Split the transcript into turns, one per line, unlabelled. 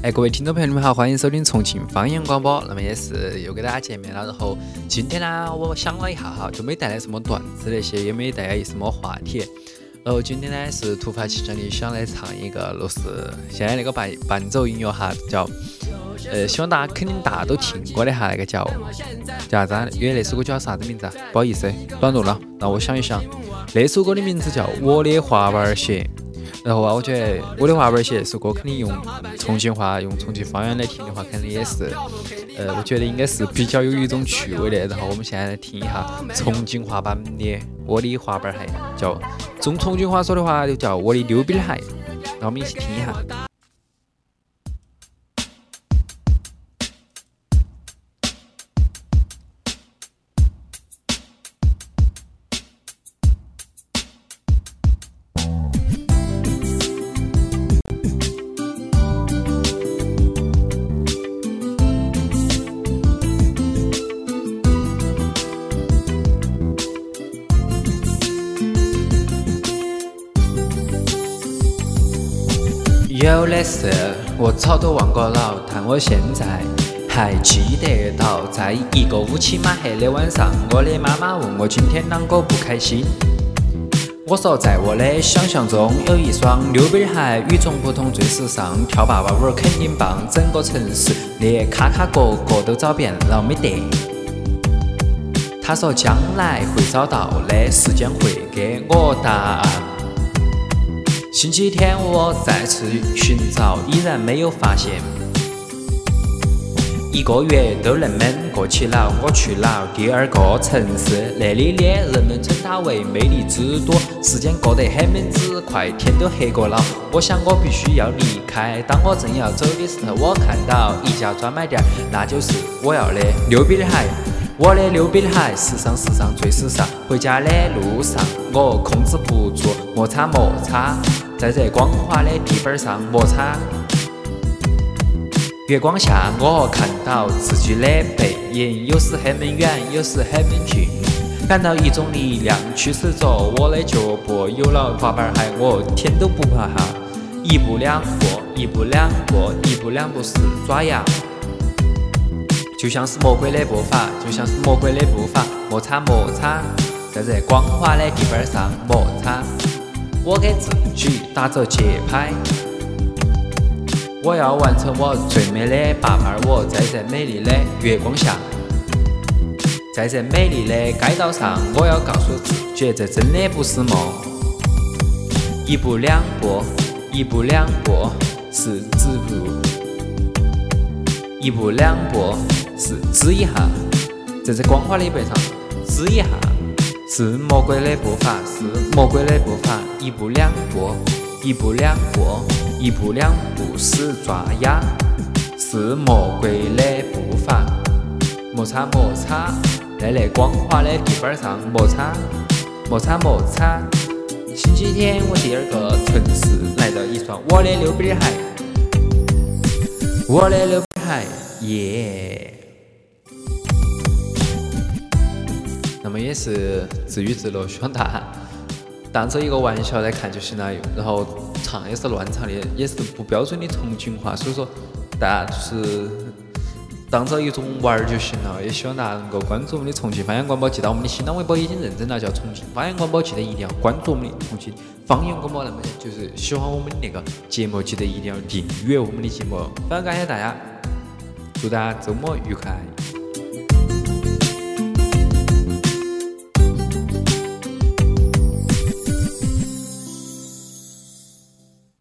各位听众朋友，你们好，欢迎收听重庆方言广播。那么也是又给大家见面了。然后今天呢，我想了一下哈，就没带来什么段子那些，也没带来什么话题。然后今天呢是突发奇想的想来唱一个，就是现在那个伴奏音乐哈，叫希望大家肯定大家都听过的哈，那个叫啥子？因为那首歌叫啥子名字啊？不好意思，短路了。那我想一想，那首歌的名字叫《我的滑板鞋》。然后啊，我觉得我的滑板鞋这首歌肯定用重庆话、用重庆方言来听的话，肯定也是，我觉得应该是比较有一种趣味的。然后我们现在来听一下重庆话版的《我的滑板鞋》，叫用重庆话说的话就叫我的溜冰鞋。让我们一起听一下。有的事我早都忘过了，但我现在还记得到，在一个乌漆嘛黑的晚上，我的妈妈问我今天啷个不开心。我说在我的想象中有一双溜冰鞋，与众不同最时尚，跳爸爸舞肯定棒，整个城市连卡卡个个都找遍了没得。她说将来会找到的，时间会给我答案。星期天我再次寻找，依然没有发现。1个月都那么过去了，我去了第2个城市，那里的人们称它为魅力之都。时间过得很闷之快，天都黑过了，我想我必须要离开。当我正要走的时候，我看到一家专卖店，那就是我要的溜冰鞋。我的溜冰鞋时尚时尚最时尚，回家的路上我控制不住摩擦摩擦，在这光滑的地板上摩擦。月光下我看到自己的背影，有时很远，有时很近，感到一种力量驱使着我的脚步。有了滑板鞋我天都不怕哈，一步两步，一步两步，一步两步是爪牙，就像是魔鬼的步伐，就像是魔鬼的步伐，摩擦摩擦，在这光滑的地板上摩擦。我给自己打着节拍，我要完成我最美的八拍。我在这美丽的月光下，在这美丽的街道上，我要告诉自己这真的不是梦。一步两步，一步两步是止步，一步两步是止一下，在这光滑的地板上止一下，是魔鬼的步伐，是魔鬼的步伐。一步两步，一步两步，一步两步是爪牙，是魔鬼的步伐。摩擦摩擦，在那光滑的地板上摩擦摩擦摩擦。星期天我第2个城市来到一双我的溜冰鞋，我的溜冰鞋耶。那么也是自娱自乐，希望大家当着一个玩笑来看就行了。然后唱也是乱唱的，也是不标准的重庆话，所以说大家就是当着一种玩就行了。也希望大家能够关注我们的重庆方言广播，记得我们的新浪微博已经认证了，叫重庆方言广播，记得一定要关注我们的重庆方言广播。那么就是喜欢我们的那个节目，记得一定要订阅我们的节目。非常感谢大家，祝大家周末愉快。